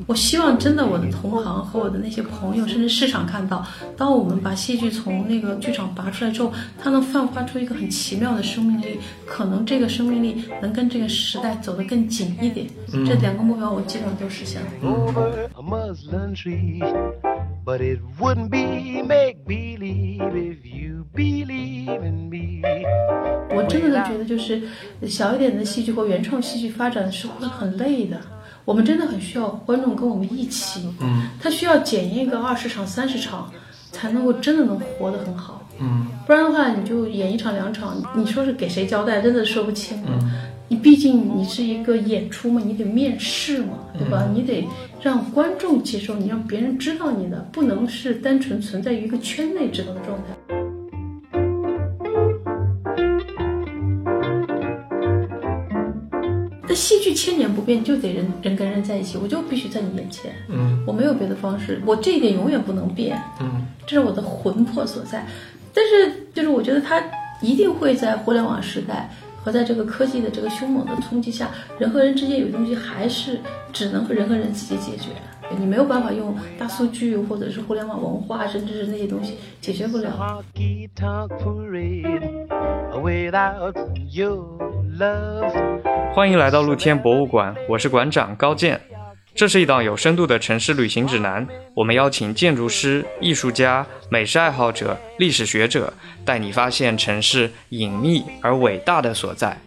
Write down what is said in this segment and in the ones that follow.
我希望真的我的同行和我的那些朋友，甚至市场看到，当我们把戏剧从那个剧场拔出来之后，它能焕发出一个很奇妙的生命力，可能这个生命力能跟这个时代走得更紧一点。这2个目标我基本上都实现了。But it wouldn't be make-believe if you believe in me. 我真的觉得就是小一点的戏剧或原创戏剧发展是会很累的，我们真的很需要观众跟我们一起，他需要检验个20场30场才能够真的能活得很好，不然的话你就演1场2场，你说是给谁交代，真的说不清了。你毕竟你是一个演出嘛，你得面试嘛，对吧？你得让观众接受你，让别人知道你的，不能是单纯存在于一个圈内知道的状态。那戏剧千年不变，就得人跟人在一起，我就必须在你眼前，我没有别的方式，我这一点永远不能变，这是我的魂魄所在。但是就是我觉得它一定会在互联网时代和在这个科技的这个凶猛的冲击下，人和人之间有东西还是只能人和人自己解决，你没有办法用大数据或者是互联网文化，甚至是那些东西解决不了。 欢迎来到露天博物馆，我是馆长高健。这是一档有深度的城市旅行指南，我们邀请建筑师、艺术家、美食爱好者、历史学者，带你发现城市隐秘而伟大的所在。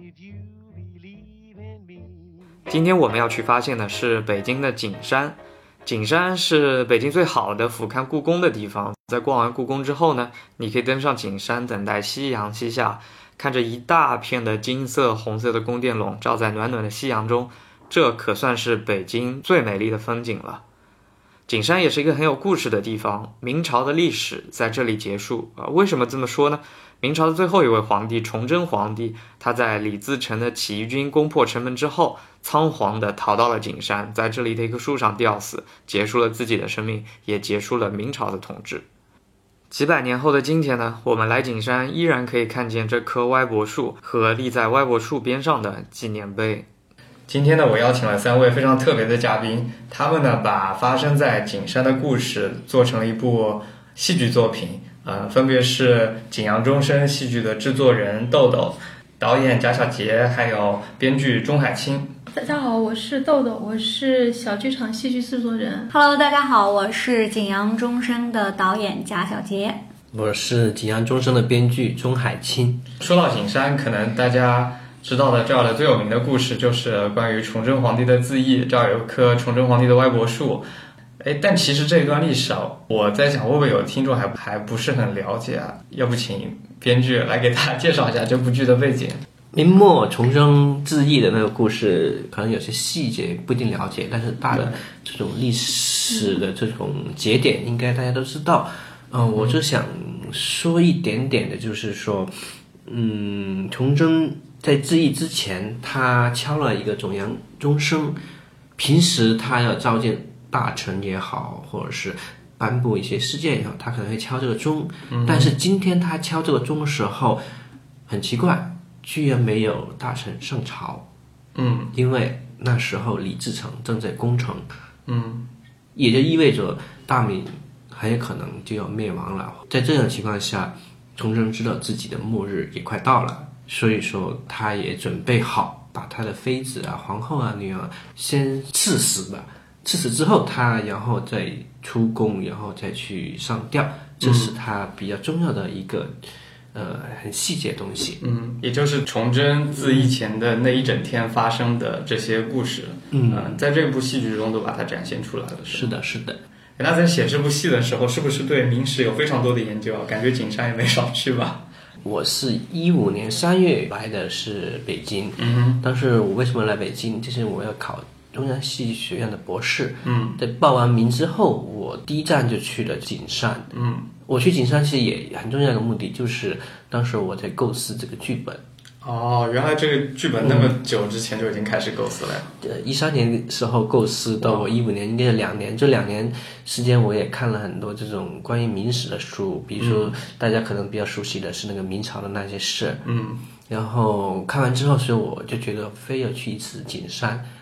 今天我们要去发现的是北京的景山。景山是北京最好的俯瞰故宫的地方，在逛完故宫之后呢，你可以登上景山，等待夕阳西下，看着一大片的金色红色的宫殿笼罩在暖暖的夕阳中，这可算是北京最美丽的风景了。景山也是一个很有故事的地方，明朝的历史在这里结束。为什么这么说呢？明朝的最后一位皇帝崇祯皇帝，他在李自成的起义军攻破城门之后，仓皇地逃到了景山，在这里的一棵树上吊死，结束了自己的生命，也结束了明朝的统治。几百年后的今天呢，我们来景山依然可以看见这棵歪脖树和立在歪脖树边上的纪念碑。今天呢，我邀请了3位非常特别的嘉宾，他们呢把发生在景山的故事做成了一部戏剧作品，分别是景阳钟声戏剧的制作人豆豆、导演贾小杰，还有编剧钟海清。 大家好，我是豆豆，我是小剧场戏剧制作人。 Hello， 大家好，我是景阳钟声的导演贾小杰。 我是景阳钟声的编剧钟海清。 说到景山，可能大家知道的这儿的最有名的故事就是关于崇祯皇帝的自缢，这儿有棵崇祯皇帝的歪脖树。但其实这一段历史我在想会不会有听众还不是很了解要不请编剧来给大家介绍一下这部剧的背景。 明末崇祯自缢的那个故事，可能有些细节不一定了解，但是大的这种历史的这种节点应该大家都知道。我就想说一点点的，就是说崇祯在自缢之前，他敲了一个景阳钟声，平时他要召见大臣也好，或者是颁布一些事件也好，他可能会敲这个钟，但是今天他敲这个钟的时候很奇怪，居然没有大臣上朝。因为那时候李自成正在攻城，也就意味着大明很有可能就要灭亡了。在这样的情况下，崇祯知道自己的末日也快到了，所以说他也准备好把他的妃子皇后女儿先赐死吧，赐死之后他然后再出宫，然后再去上吊，这是他比较重要的一个很细节的东西。 也就是崇祯自缢前的那一整天发生的这些故事，在这部戏剧中都把它展现出来了。 是的，是的。 那在写这部戏的时候，是不是对明史有非常多的研究感觉景山也没少去吧？ 我是15年3月来的是北京，当时我为什么来北京，就是我要考中央戏剧学院的博士。在报完名之后，我第一站就去了景山。我去景山其实也很重要的目的，就是当时我在构思这个剧本。 原来这个剧本那么久之前就已经开始构思了。 13年时候构思到我15年，应该是2年。这2年时间我也看了很多这种关于明史的书，比如说大家可能比较熟悉的是那个明朝的那些事。然后看完之后，所以我就觉得非要去一次景山。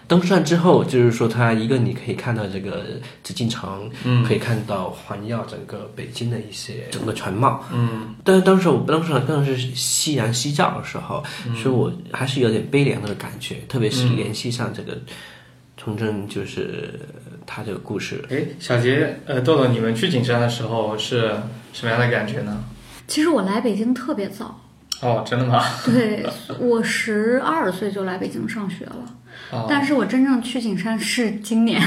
登上之后，就是说它一个你可以看到这个紫禁城，可以看到环绕整个北京的一些整个全貌，但是当时我登上更是夕阳西照的时候，所以我还是有点悲凉的感觉，特别是联系上这个崇祯，就是他这个故事。 小杰，豆豆，你们去景山的时候是什么样的感觉呢？ 其实我来北京特别早。 哦，真的吗？ 对，我12岁就来北京上学了，但是我真正去景山是今年，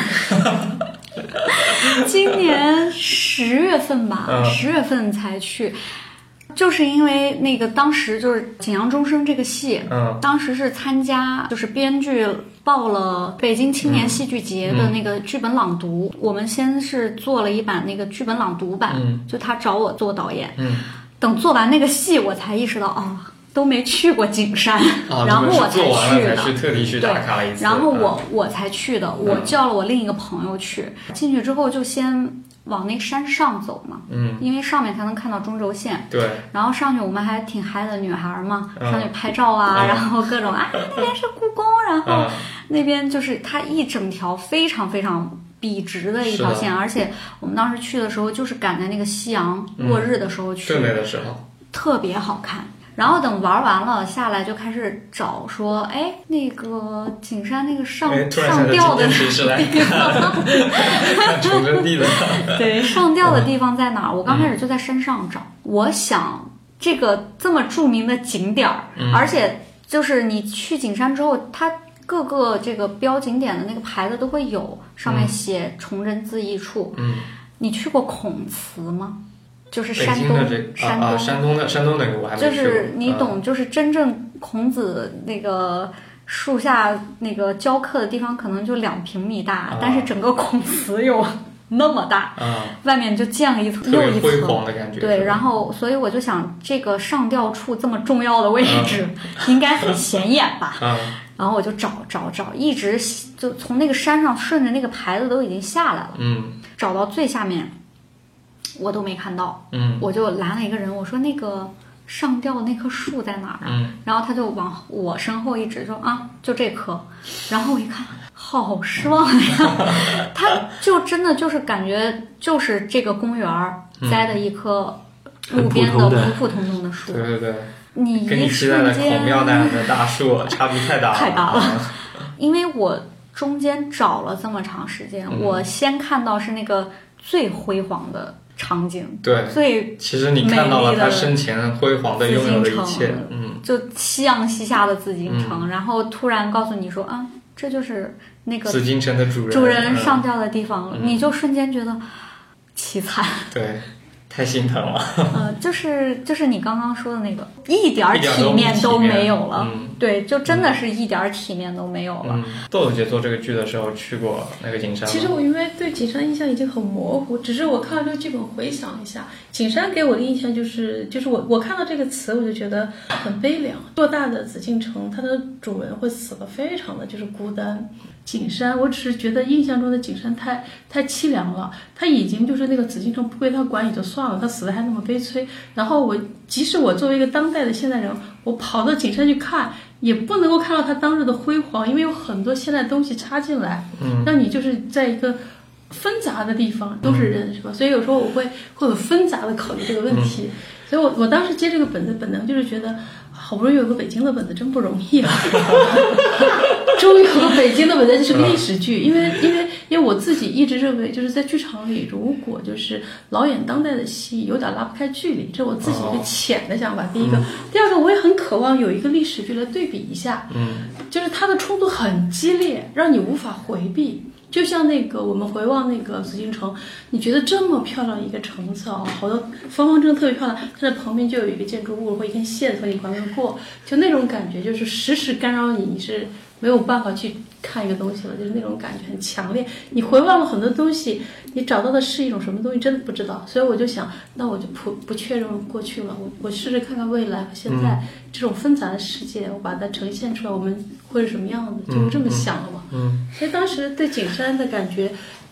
今年10月份吧，10月份才去。就是因为那个当时就是《景阳钟声》这个戏，当时是参加就是编剧报了北京青年戏剧节的那个剧本朗读，我们先是做了一版那个剧本朗读版，就他找我做导演，等做完那个戏，我才意识到都没去过景山，然后我才去的， 特地去打卡了一次。 然后我才去的，我叫了我另一个朋友去，进去之后就先往那山上走嘛，因为上面才能看到中轴线。 对。 然后上去我们还挺嗨的，女孩嘛，上去拍照啊，然后各种那边是故宫，然后那边就是它一整条非常非常笔直的一条线，而且我们当时去的时候就是赶在那个夕阳落日的时候去， 最美的时候， 特别好看。然后等玩完了下来就开始找说，那个景山那个上吊的地方， 崇祯帝的对，上吊的地方在哪儿？我刚开始就在山上找，我想这个这么著名的景点而且就是你去景山之后，它各个这个标景点的那个牌子都会有，上面写崇祯自缢处。你去过孔祠吗？就是山东那个我还没去过。 就是你懂，就是真正孔子那个树下那个教课的地方，可能就2平米大，但是整个孔祠有那么大，外面就建了一层又一层， 辉煌的感觉。 对，然后所以我就想，这个上吊处这么重要的位置，应该很显眼吧？然后我就找，一直就从那个山上顺着那个牌子都已经下来了，找到最下面。我都没看到，我就拦了一个人，我说那个上吊那棵树在哪儿啊？然后他就往我身后一指，说就这棵。然后我一看，好失望呀！他就真的就是感觉就是这个公园栽的一棵路边的普普通通的树。 对对对， 你跟你期待的孔庙那样的大树差别太大了， 太大了。因为我中间找了这么长时间，我先看到是那个最辉煌的场景， 对， 最其实你看到了他生前辉煌的拥有的一切， 就夕阳西下的紫禁城，然后突然告诉你说这就是那个紫禁城的主人上吊的地方，你就瞬间觉得凄惨， 对，太心疼了。 就是你刚刚说的那个一点体面都没有了，对，就真的是一点体面都没有了。 豆豆姐做这个剧的时候去过那个景山吗？ 其实我因为对景山印象已经很模糊，只是我看了这个剧本回想一下，景山给我的印象就是我看到这个词我就觉得很悲凉。偌大的紫禁城，它的主人会死得非常的就是孤单。景山，我只是觉得印象中的景山太凄凉了，他已经就是那个紫禁城不归他管也就算了，他死的还那么悲催。然后即使我作为一个当代的现代人，我跑到景山去看，也不能够看到他当日的辉煌，因为有很多现代东西插进来，让你就是在一个纷杂的地方，都是人，是吧？所以有时候我会很纷杂的考虑这个问题。所以我当时接这个本子，本能就是觉得好不容易有个北京的本子，真不容易啊！终于有个北京的本子，这是个历史剧，因为我自己一直认为，就是在剧场里，如果就是老演当代的戏，有点拉不开距离，这是我自己一个浅的想法。第一个，第二个，我也很渴望有一个历史剧来对比一下，就是它的冲突很激烈，让你无法回避。就像那个我们回望那个紫禁城，你觉得这么漂亮一个城子好多方方正正特别漂亮，它的旁边就有一个建筑物或一根线从你旁边过，就那种感觉就是时时干扰你，你是没有办法去看一个东西了，就是那种感觉很强烈。你回望了很多东西，你找到的是一种什么东西，真的不知道。所以我就想，那我就不确认过去了，我试着看看未来和现在这种纷杂的世界，我把它呈现出来，我们会是什么样子，就这么想了嘛。所以当时对景山的感觉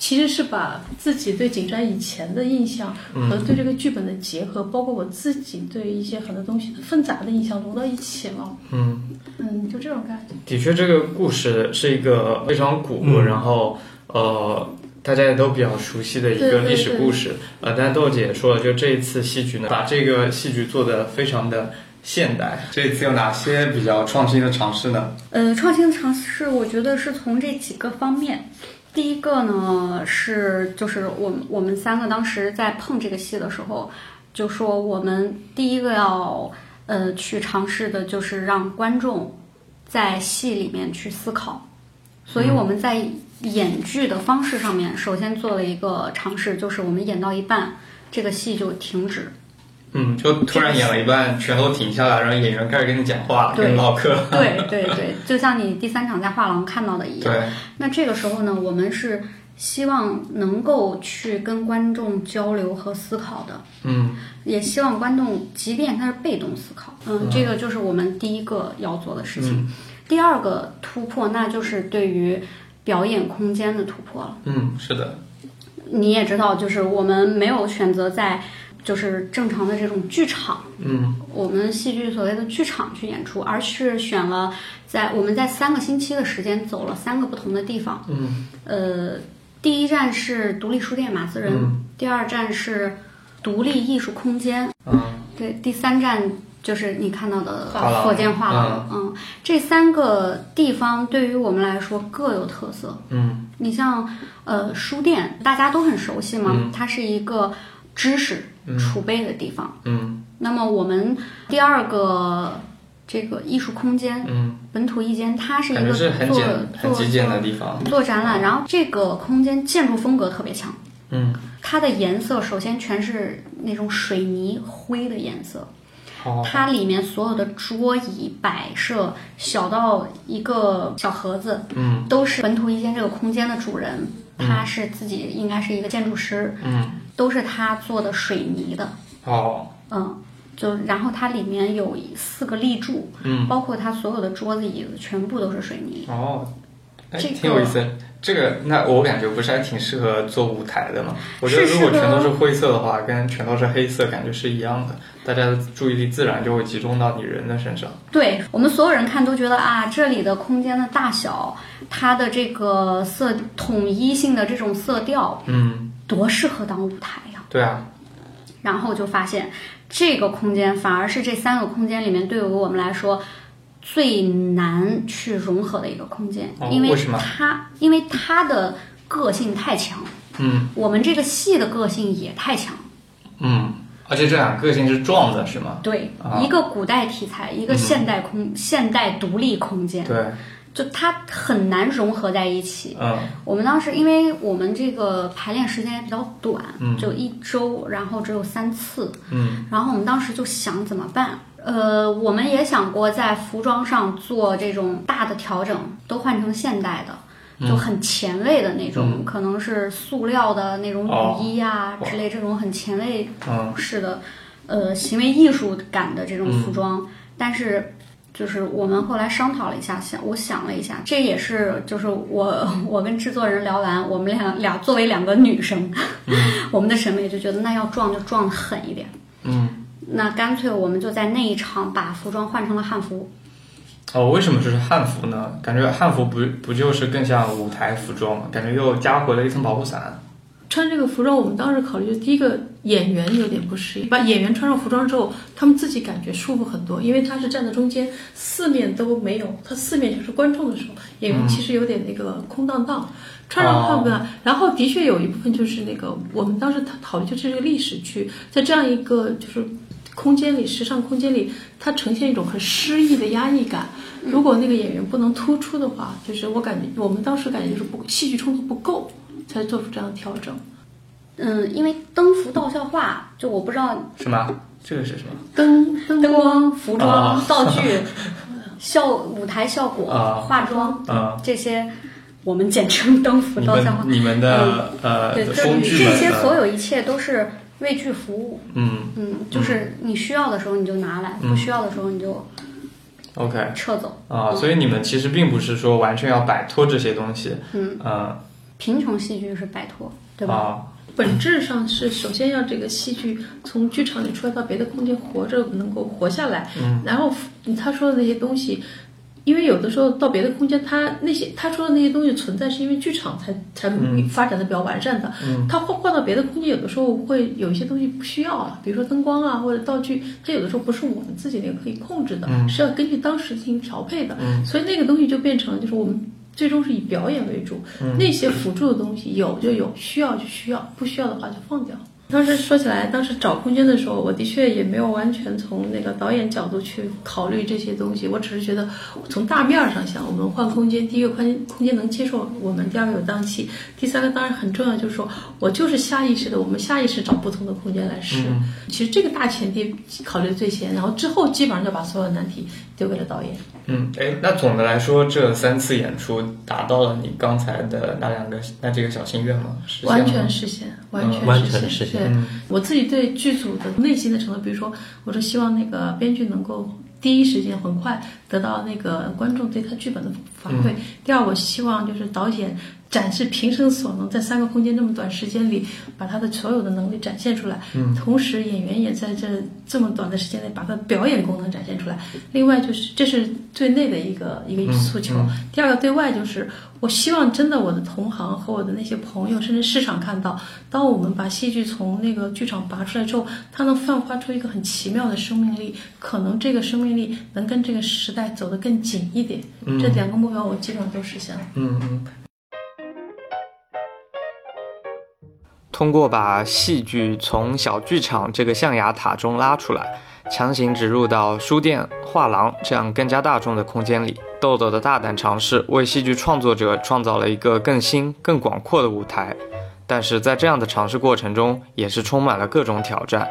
其实是把自己对景山以前的印象和对这个剧本的结合，包括我自己对一些很多东西的纷杂的印象融到一起了。就这种感觉。 的确，这个故事是一个非常古，然后大家也都比较熟悉的一个历史故事。但豆姐也说了，就这一次戏剧呢，把这个戏剧做得非常的现代。这一次有哪些比较创新的尝试呢？ 创新的尝试，我觉得是从这几个方面。第一个呢就是我们三个当时在碰这个戏的时候，就说我们第一个要去尝试的就是让观众在戏里面去思考，所以我们在演剧的方式上面，首先做了一个尝试，就是我们演到一半，这个戏就停止。 就突然演了一半，全都停下来，然后演员开始跟你讲话，跟你唠嗑。 对，就像你第3场在画廊看到的一样。 对。 那这个时候呢，我们是希望能够去跟观众交流和思考的。也希望观众，即便他是被动思考。这个就是我们第一个要做的事情。第二个突破，那就是对于表演空间的突破了。 是的。 你也知道，就是我们没有选择在就是正常的这种剧场，我们戏剧所谓的剧场去演出，而是选了我们在3个星期的时间走了3个不同的地方。第一站是独立书店马自仁，第2站是独立艺术空间，对，第3站就是你看到的火箭画廊。这3个地方对于我们来说各有特色。你像书店大家都很熟悉嘛，它是一个知识储备的地方。那么我们第2个这个艺术空间，本土艺间，它是一个很极简的地方， 做展览。然后这个空间建筑风格特别强。它的颜色首先全是那种水泥灰的颜色。它里面所有的桌椅摆设，小到一个小盒子，都是本土艺间这个空间的主人，他是自己应该是一个建筑师，都是他做的水泥的。然后它里面有4个立柱，包括它所有的桌子椅子全部都是水泥。 挺有意思。这个那我感觉不是还挺适合做舞台的吗？我觉得如果全都是灰色的话，跟全都是黑色感觉是一样的，大家的注意力自然就会集中到你人的身上。对， 我们所有人看都觉得这里的空间的大小，它的这个统一性的这种色调，多适合当舞台呀。 对啊。 然后就发现这个空间反而是这3个空间里面对于我们来说最难去融合的一个空间。 为什么？ 因为它的个性太强。我们这个戏的个性也太强。 而且这两个个性是撞的是吗？ 对，一个古代题材，一个现代独立空间。 对， 就它很难融合在一起。我们当时因为我们这个排练时间也比较短，就1周，然后只有3次。然后我们当时就想怎么办。我们也想过在服装上做这种大的调整，都换成现代的，就很前卫的那种，可能是塑料的那种雨衣之类，这种很前卫式的行为艺术感的这种服装。但是就是我们后来商讨了一下，我想了一下，这也是就是我跟制作人聊完，我们俩作为2个女生，我们的审美就觉得那要撞就撞得狠一点。那干脆我们就在那一场把服装换成了汉服。 为什么是汉服呢？感觉汉服不就是更像舞台服装吗？感觉又加回了一层保护伞。 穿这个服装，我们当时考虑，第一个演员有点不适应，把演员穿上服装之后，他们自己感觉舒服很多，因为他是站在中间，4面都没有，他4面全是观众的时候，演员其实有点那个空荡荡。穿上汉服呢，然后的确有一部分就是那个我们当时讨论就是这个历史剧，在这样一个就是空间里，时尚空间里，它呈现一种很诗意的压抑感。如果那个演员不能突出的话，就是我们当时感觉就是戏剧冲突不够，才做出这样的调整。 因为登幅道笑话，就我不知道什么，这个是什么？ 灯光、服装、道具、舞台效果、化妆这些。我们简称登幅道笑话。 你们的工具这些所有一切都是为剧服务。就是你需要的时候你就拿来，不需要的时候你就撤走。 所以你们其实并不是说完全要摆脱这些东西。 贫穷戏剧是摆脱，对吧？ 本质上是首先要这个戏剧从剧场里出来到别的空间活着，能够活下来。然后他说的那些东西，因为有的时候到别的空间，他说的那些东西存在，是因为剧场才发展的比较完善的。他换到别的空间，有的时候会有一些东西不需要了，比如说灯光啊或者道具，它有的时候不是我们自己那个可以控制的，是要根据当时进行调配的。所以那个东西就变成就是我们最终是以表演为主，那些辅助的东西有就有，需要就需要，不需要的话就放掉。当时说起来，当时找空间的时候，我的确也没有完全从那个导演角度去考虑这些东西，我只是觉得从大面上想，我们换空间，第一个空间能接受我们，第二个有档期，第三个当然很重要，就是说我就是下意识的，我们下意识找不同的空间来试。其实这个大前提考虑最先，然后之后基本上就把所有难题丢给了导演。 那总的来说，这3次演出达到了你刚才的那这个小心愿吗？ 完全实现，完全实现。对，我自己对剧组的内心的承诺，比如说，我说希望那个编剧能够第一时间很快得到那个观众对他剧本的反馈。第二，我希望就是导演展示平生所能，在3个空间这么短时间里，把他的所有的能力展现出来。同时演员也在这么短的时间内把他的表演功能展现出来。另外就是这是对内的一个诉求。第二个对外就是我希望真的我的同行和我的那些朋友，甚至市场看到，当我们把戏剧从那个剧场拔出来之后，它能焕发出一个很奇妙的生命力，可能这个生命力能跟这个时代走得更紧一点。这2个目标我基本上都实现了。 通过把戏剧从小剧场这个象牙塔中拉出来，强行植入到书店、画廊这样更加大众的空间里，豆豆的大胆尝试为戏剧创作者创造了一个更新、更广阔的舞台。但是在这样的尝试过程中，也是充满了各种挑战。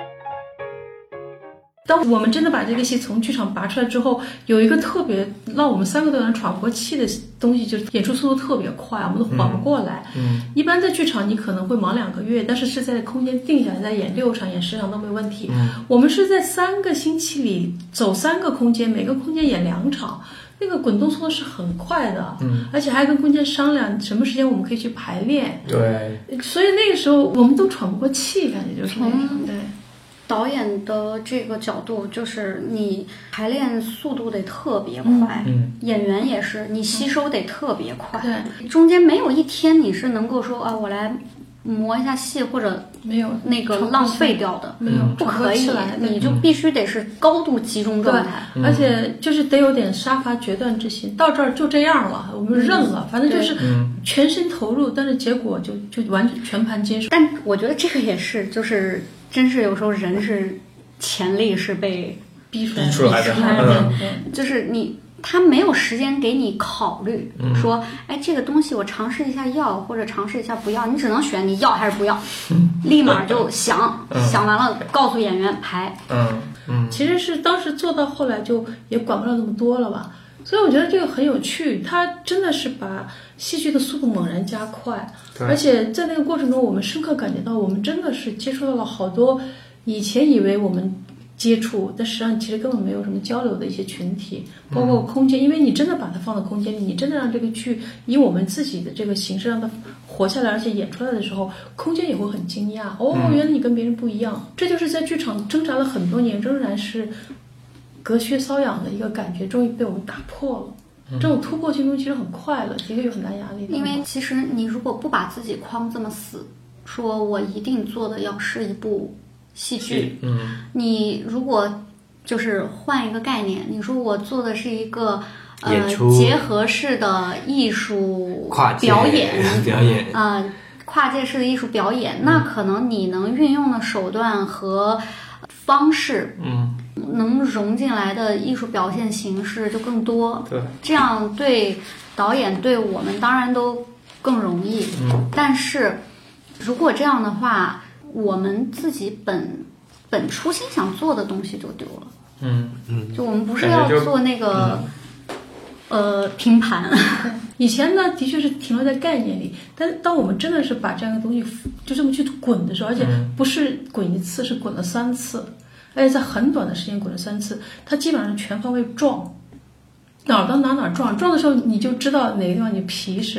当我们真的把这个戏从剧场拔出来之后，有一个特别让我们3个都能喘不过气的东西，就是演出速度特别快，我们都缓不过来。一般在剧场你可能会忙2个月，但是在空间定下来，再演6场、演10场都没问题。我们是在3个星期里走3个空间，每个空间演2场。那个滚动速度是很快的，而且还跟空间商量什么时间我们可以去排练。 对， 所以那个时候我们都喘不过气，感觉就是那种。对。 导演的这个角度就是你排练速度得特别快，演员也是，你吸收得特别快。 对， 中间没有一天你是能够说啊，我来磨一下戏或者没有那个浪费掉的， 没有， 不可以，你就必须得是高度集中状态。 而且就是得有点杀伐决断之心，到这儿就这样了，我们认了，反正就是全身投入，但是结果就完全全盘接受。 但我觉得这个也是，就是真是有时候人是潜力是被逼出来的， 就是他没有时间给你考虑，说，哎，这个东西我尝试一下要，或者尝试一下不要，你只能选你要还是不要，立马就想完了，告诉演员排。 其实是当时做到后来就也管不了那么多了吧，所以我觉得这个很有趣，它真的是把戏剧的速度猛然加快，而且在那个过程中，我们深刻感觉到，我们真的是接触到了好多以前以为我们接触，但实际上其实根本没有什么交流的一些群体，包括空间，因为你真的把它放到空间里，你真的让这个剧以我们自己的这个形式让它活下来，而且演出来的时候，空间也会很惊讶，原来你跟别人不一样。这就是在剧场挣扎了很多年，仍然是隔靴搔痒的一个感觉，终于被我们打破了。这种突破性中其实很快乐，的确有很大压力。 因为其实你如果不把自己框这么死，说我一定做的要是一部戏剧，你如果就是换一个概念，你说我做的是一个结合式的艺术表演跨界式的艺术表演，那可能你能运用的手段和方式，能融进来的艺术表现形式就更多。 对，这样对导演对我们当然都更容易。但是如果这样的话，我们自己本初心想做的东西就丢了。就我们不是要做那个拼盘。 以前呢，的确是停留在概念里，但当我们真的是把这样的东西就这么去滚的时候，而且不是滚1次，是滚了3次，而且在很短的时间滚了3次，它基本上全方位撞，哪儿到哪撞的时候，你就知道哪个地方你皮是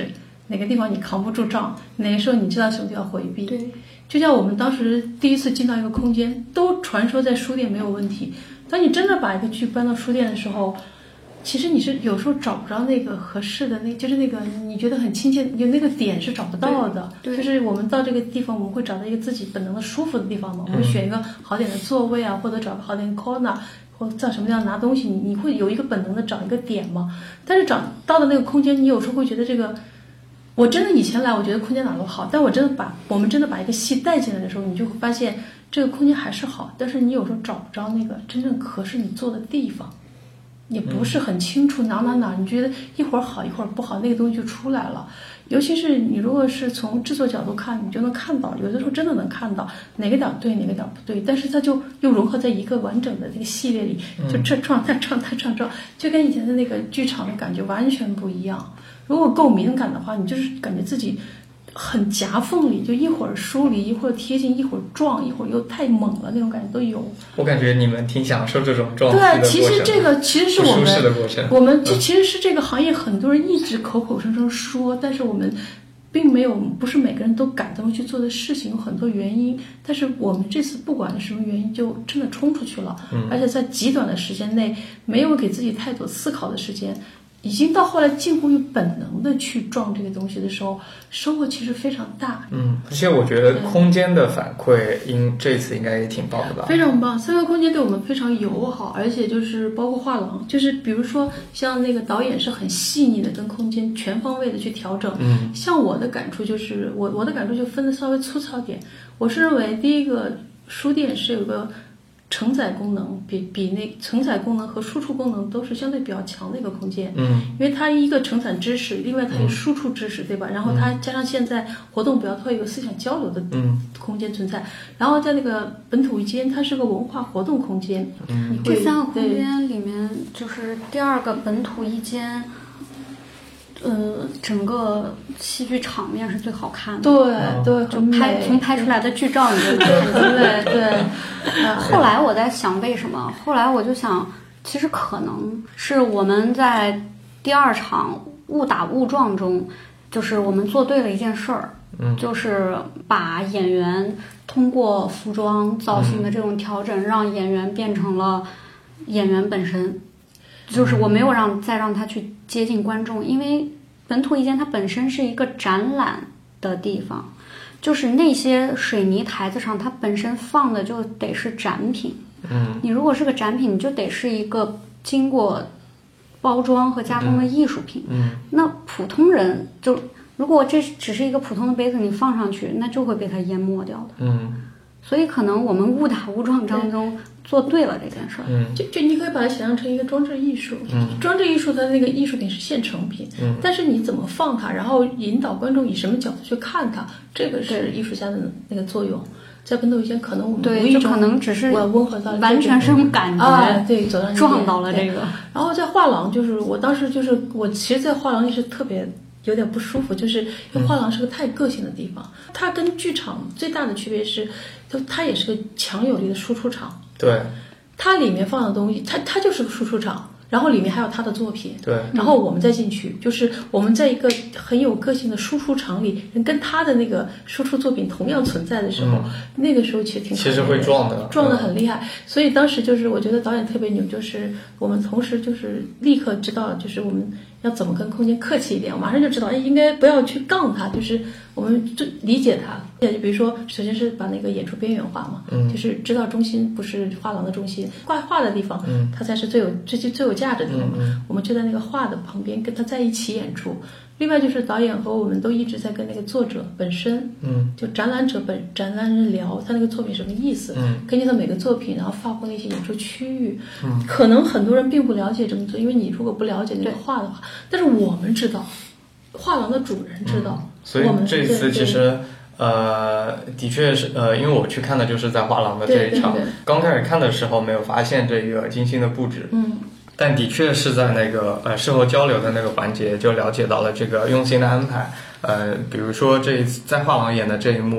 哪个地方你扛不住仗，哪个时候你知道什么地方回避。 对， 就像我们当时第一次进到一个空间，都传说在书店没有问题，当你真的把一个剧搬到书店的时候，其实你是有时候找不着那个合适的，就是那个你觉得很亲切，有那个点是找不到的。 对， 就是我们到这个地方，我们会找到一个自己本能的舒服的地方嘛，我们选一个好点的座位啊，或者找个好点的 corner， 或者在什么地方拿东西，你会有一个本能的找一个点嘛。但是找到的那个空间，你有时候会觉得这个，我真的以前来，我觉得空间哪都好，但我们真的把一个戏带进来的时候，你就会发现这个空间还是好，但是你有时候找不着那个真正合适你坐的地方。也不是很清楚哪，你觉得一会儿好一会儿不好，那个东西就出来了。尤其是你如果是从制作角度看，你就能看到，有的时候真的能看到哪个点对，哪个点不对，但是它就又融合在一个完整的这个系列里，就这撞，就跟以前的那个剧场的感觉完全不一样。如果够敏感的话，你就是感觉自己很夹缝里，就一会儿疏离，一会儿贴近，一会儿撞，一会儿又太猛了，那种感觉都有。 我感觉你们挺享受这种撞击的过程。 对，其实这个其实是我们这其实是这个行业很多人一直口口声声说，但是我们并没有，不是每个人都敢这么去做的事情，有很多原因。但是我们这次不管是什么原因，就真的冲出去了，而且在极短的时间内，没有给自己太多思考的时间。已经到后来近乎于本能的去撞这个东西的时候，收获其实非常大。 而且我觉得空间的反馈这次应该也挺棒的吧？ 非常棒，三个空间对我们非常友好，而且就是包括画廊，就是比如说像那个导演是很细腻的跟空间全方位的去调整。像我的感触就是我的感触就分的稍微粗糙点。我是认为第一个书店是有个承载功能，比那承载功能和输出功能都是相对比较强的一个空间。因为它一个承载知识，另外它有输出知识，对吧？然后它加上现在活动比较多，有个思想交流的空间存在。然后在那个本土一间，它是个文化活动空间。 这三个空间里面，就是第二个本土一间。整个戏剧场面是最好看的， 对， 从拍出来的剧照你就看对。后来我在想为什么，后来我就想，其实可能是我们在第二场误打误撞中，就是我们做对了一件事儿，就是把演员通过服装造型的这种调整，让演员变成了演员本身。就是我没有再让他去接近观众，因为本土一间它本身是一个展览的地方，就是那些水泥台子上它本身放的就得是展品。你如果是个展品，你就得是一个经过包装和加工的艺术品。那普通人就如果这只是一个普通的杯子，你放上去，那就会被它淹没掉的。所以可能我们误打误撞当中做对了这件事儿。 就你可以把它想象成一个装置艺术。装置艺术它的那个艺术品是现成品，但是你怎么放它，然后引导观众以什么角度去看它，这个是艺术家的那个作用。在本土一间可能我们无意中就可能只是温和到完全是种感觉， 对，走到撞到了这个。 然后在画廊，就是我当时就是我其实，在画廊里是特别有点不舒服，就是因为画廊是个太个性的地方，它跟剧场最大的区别是，就它也是个强有力的输出场。 对， 它里面放的东西，它就是个输出场。然后里面还有他的作品， 对， 然后我们再进去，就是我们在一个很有个性的输出场里，跟他的那个输出作品同样存在的时候，那个时候其实会撞的很厉害。所以当时就是我觉得导演特别牛，就是我们同时就是立刻知道，就是我们要怎么跟空间客气一点，我马上就知道，应该不要去杠他，就是我们就理解他。就比如说，首先是把那个演出边缘化嘛，就是知道中心不是画廊的中心，挂画的地方，它才是最有价值的地方。我们就在那个画的旁边跟他在一起演出。另外就是导演和我们都一直在跟那个作者本身，就展览人聊他那个作品什么意思，根据他每个作品，然后发挥那些演出区域。可能很多人并不了解这么做，因为你如果不了解那个画的话，但是我们知道，画廊的主人知道。 所以这次其实的确是因为我去看的就是在画廊的这一场，刚开始看的时候没有发现这个精心的布置，但的确是在那个事后交流的那个环节就了解到了这个用心的安排。比如说这一次在画廊演的这一幕，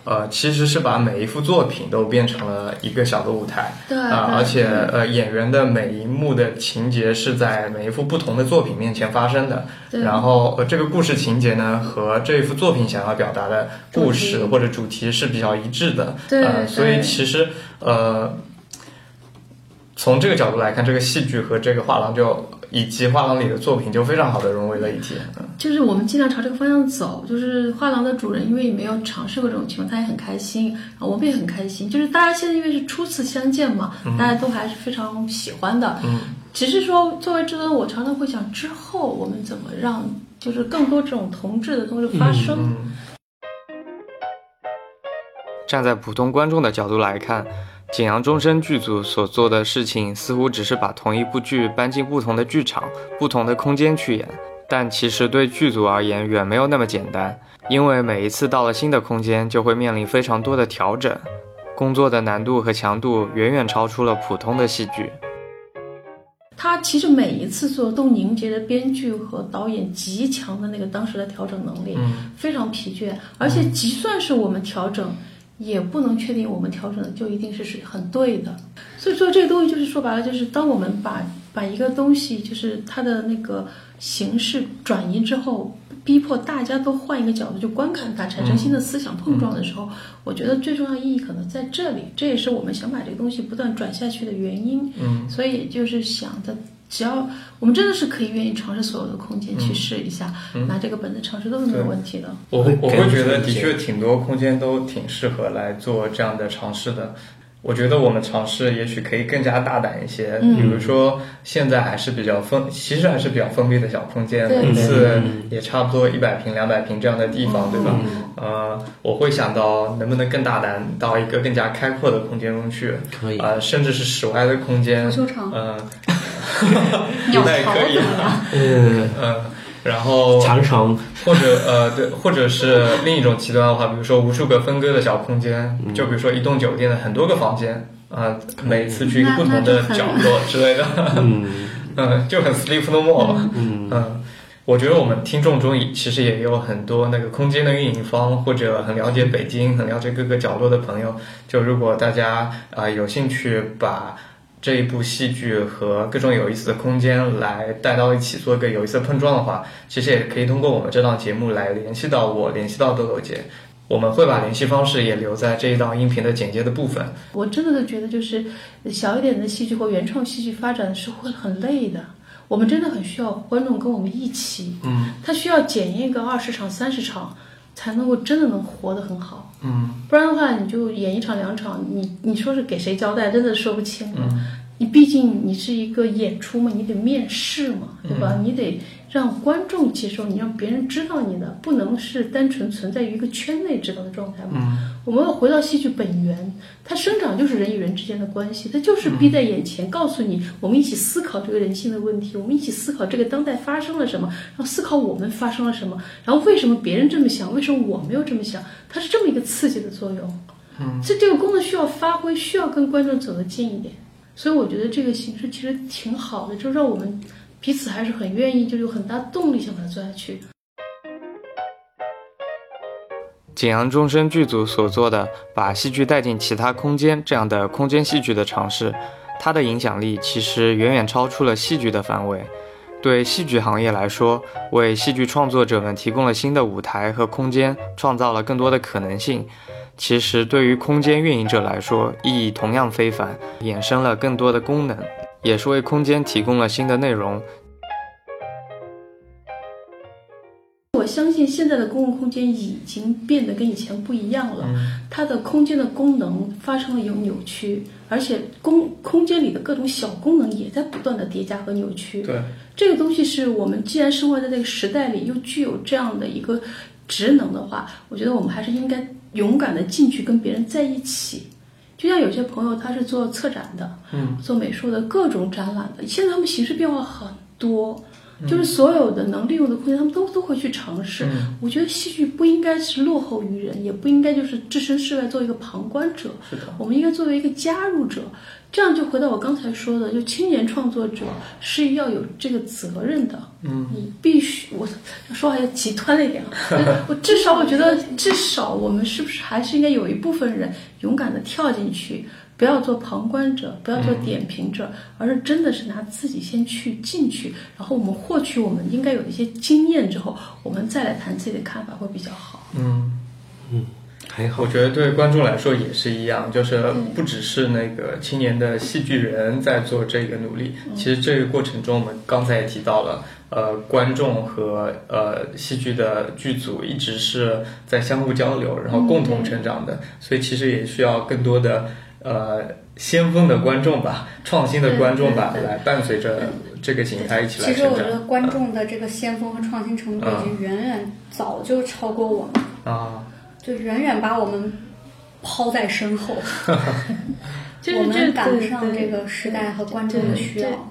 其实是把每一幅作品都变成了一个小的舞台，而且演员的每一幕的情节是在每一幅不同的作品面前发生的，然后这个故事情节呢和这一幅作品想要表达的故事或者主题是比较一致的，所以其实从这个角度来看，这个戏剧和这个画廊以及画廊里的作品就非常好的融为了一体。 就是我们尽量朝这个方向走，就是画廊的主人因为也没有尝试过这种情况，他也很开心，然后我们也很开心。就是大家现在因为是初次相见嘛，大家都还是非常喜欢的。只是说作为制作人，我常常会想之后我们怎么让就是更多这种同质的东西发生。 站在普通观众的角度来看，景阳钟声剧组所做的事情似乎只是把同一部剧搬进不同的剧场、不同的空间去演，但其实对剧组而言远没有那么简单，因为每一次到了新的空间就会面临非常多的调整，工作的难度和强度远远超出了普通的戏剧。 他其实每一次做都凝结着编剧和导演极强的那个当时的调整能力，非常疲倦，而且即算是我们调整，也不能确定我们调整的就一定是很对的。所以说这个东西就是说白了，就是当我们把一个东西就是它的那个形式转移之后，逼迫大家都换一个角度去观看它，产生新的思想碰撞的时候，我觉得最重要意义可能在这里，这也是我们想把这个东西不断转下去的原因。所以就是想着只要我们真的是可以愿意尝试所有的空间去试一下，拿这个本子尝试都是没有问题的。 我会觉得的确挺多空间都挺适合来做这样的尝试的。我觉得我们尝试也许可以更加大胆一些，比如说现在还是比较其实还是比较封闭的小空间，每次也差不多100平、200平这样的地方，对吧？我会想到能不能更大胆到一个更加开阔的空间中去，可以甚至是室外的空间， 足球场， 那也可以，然后长城， 或者或者是另一种极端的话，比如说无数个分割的小空间，就比如说一栋酒店的很多个房间每次去一个不同的角落之类的，就很 sleep no more 了。我觉得我们听众中其实也有很多那个空间的运营方，或者很了解北京、很了解各个角落的朋友。就如果大家有兴趣把这一部戏剧和各种有意思的空间来带到一起做一个有意思的碰撞的话，其实也可以通过我们这档节目来联系到我，联系到豆豆姐。我们会把联系方式也留在这一档音频的简介的部分。 我真的觉得就是小一点的戏剧或原创戏剧发展是会很累的，我们真的很需要观众跟我们一起，他需要检验个20场30场才能够真的能活得很好，不然的话你就演1场2场，你说是给谁交代，真的说不清了。你毕竟你是一个演出嘛，你得面试嘛，对吧？你得让观众接受你，让别人知道你的，不能是单纯存在于一个圈内知道的状态嘛。我们要回到戏剧本源，它生长就是人与人之间的关系，它就是逼在眼前，告诉你我们一起思考这个人性的问题，我们一起思考这个当代发生了什么，然后思考我们发生了什么，然后为什么别人这么想，为什么我没有这么想，它是这么一个刺激的作用。这个功能需要发挥，需要跟观众走得近一点。所以我觉得这个形式其实挺好的，就让我们彼此还是很愿意，就有很大动力想把它做下去。 景阳钟声剧组所做的把戏剧带进其他空间这样的空间戏剧的尝试，它的影响力其实远远超出了戏剧的范围。对戏剧行业来说，为戏剧创作者们提供了新的舞台和空间，创造了更多的可能性。其实对于空间运营者来说，意义同样非凡，衍生了更多的功能，也是为空间提供了新的内容。 我相信现在的公共空间已经变得跟以前不一样了，它的空间的功能发生了有扭曲，而且空间里的各种小功能也在不断的叠加和扭曲。 对， 这个东西是我们既然生活在这个时代里，又具有这样的一个职能的话，我觉得我们还是应该勇敢的进去跟别人在一起。就像有些朋友他是做策展的，做美术的各种展览的，现在他们形式变化很多， 就是所有的能利用的空间，他们都会去尝试。我觉得戏剧不应该是落后于人，也不应该就是置身事外做一个旁观者。 是的， 我们应该作为一个加入者。这样就回到我刚才说的，就青年创作者是要有这个责任的。你必须，我说话要极端了一点我至少我觉得，至少我们是不是还是应该有一部分人勇敢的跳进去，不要做旁观者，不要做点评者，而是真的是拿自己先去进去，然后我们获取我们应该有一些经验之后，我们再来谈自己的看法会比较好。 我觉得对观众来说也是一样，就是不只是那个青年的戏剧人在做这个努力，其实这个过程中我们刚才也提到了，观众和戏剧的剧组一直是在相互交流，然后共同成长的，所以其实也需要更多的先锋的观众吧，创新的观众吧，来伴随着这个景台一起来成长。 其实我觉得观众的这个先锋和创新程度已经远远早就超过我们啊。就远远把我们抛在身后我们赶不上这个时代和观众的需要。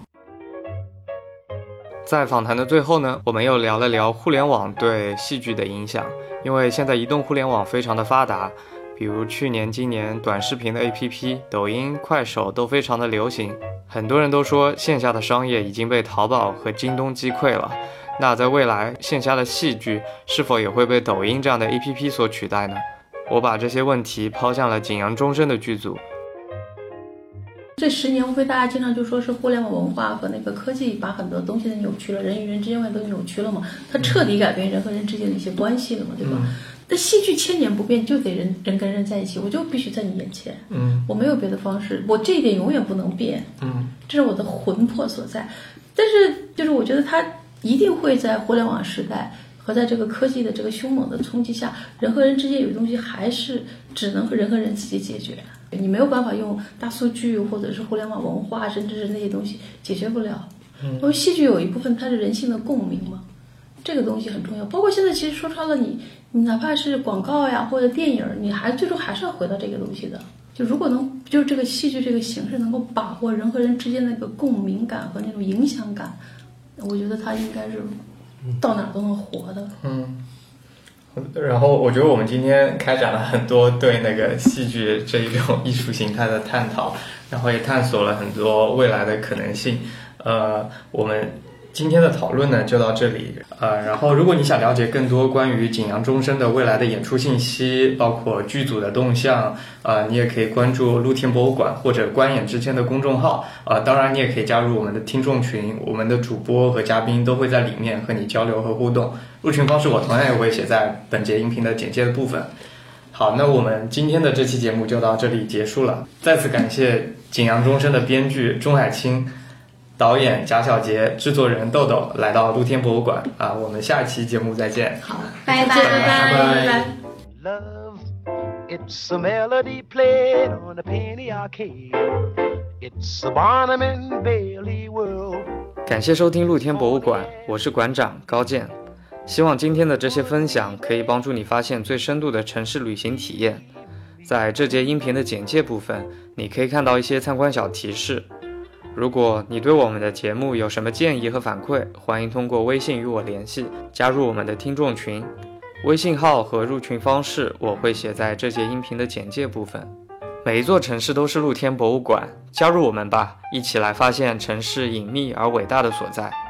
在访谈的最后呢，我们又聊了聊互联网对戏剧的影响。因为现在移动互联网非常的发达，比如去年今年短视频的 APP 抖音快手都非常的流行，很多人都说线下的商业已经被淘宝和京东击溃了。那在未来，线下的戏剧是否也会被抖音这样的 APP 所取代呢？我把这些问题抛向了景阳钟声的剧组。 这10年无非大家经常就说是互联网文化和那个科技把很多东西都扭曲了，人与人之间都扭曲了嘛，它彻底改变人和人之间的一些关系了嘛，对吧？那戏剧千年不变，就得人跟人在一起，我就必须在你眼前，我没有别的方式，我这一点永远不能变，这是我的魂魄所在。但是就是我觉得它一定会在互联网时代和在这个科技的这个凶猛的冲击下，人和人之间有东西还是只能人和人自己解决，你没有办法用大数据或者是互联网文化甚至是那些东西解决不了。因为戏剧有一部分它是人性的共鸣嘛，这个东西很重要。包括现在其实说穿了，你哪怕是广告呀或者电影，你最终还是要回到这个东西的。就如果能就是这个戏剧这个形式能够把握人和人之间的那个共鸣感和那种影响感，我觉得它应该是到哪都能活的。 然后我觉得我们今天开展了很多对那个戏剧这一种艺术形态的探讨，然后也探索了很多未来的可能性。我们今天的讨论呢就到这里。然后如果你想了解更多关于景阳钟声的未来的演出信息，包括剧组的动向，你也可以关注露天博物馆或者观演之间的公众号。当然你也可以加入我们的听众群，我们的主播和嘉宾都会在里面和你交流和互动。入群方式我同样也会写在本节音频的简介的部分。好，那我们今天的这期节目就到这里结束了。再次感谢景阳钟声的编剧钟海清，导演贾小杰，制作人豆豆来到露天博物馆我们下期节目再见。 好，拜拜。 Love, it's a melody played on a penny arcade. It's a Barnum and Bailey world. 感谢收听露天博物馆，我是馆长高健。希望今天的这些分享可以帮助你发现最深度的城市旅行体验。在这节音频的简介部分，你可以看到一些参观小提示。如果你对我们的节目有什么建议和反馈，欢迎通过微信与我联系，加入我们的听众群。微信号和入群方式我会写在这节音频的简介部分。每一座城市都是露天博物馆，加入我们吧，一起来发现城市隐秘而伟大的所在。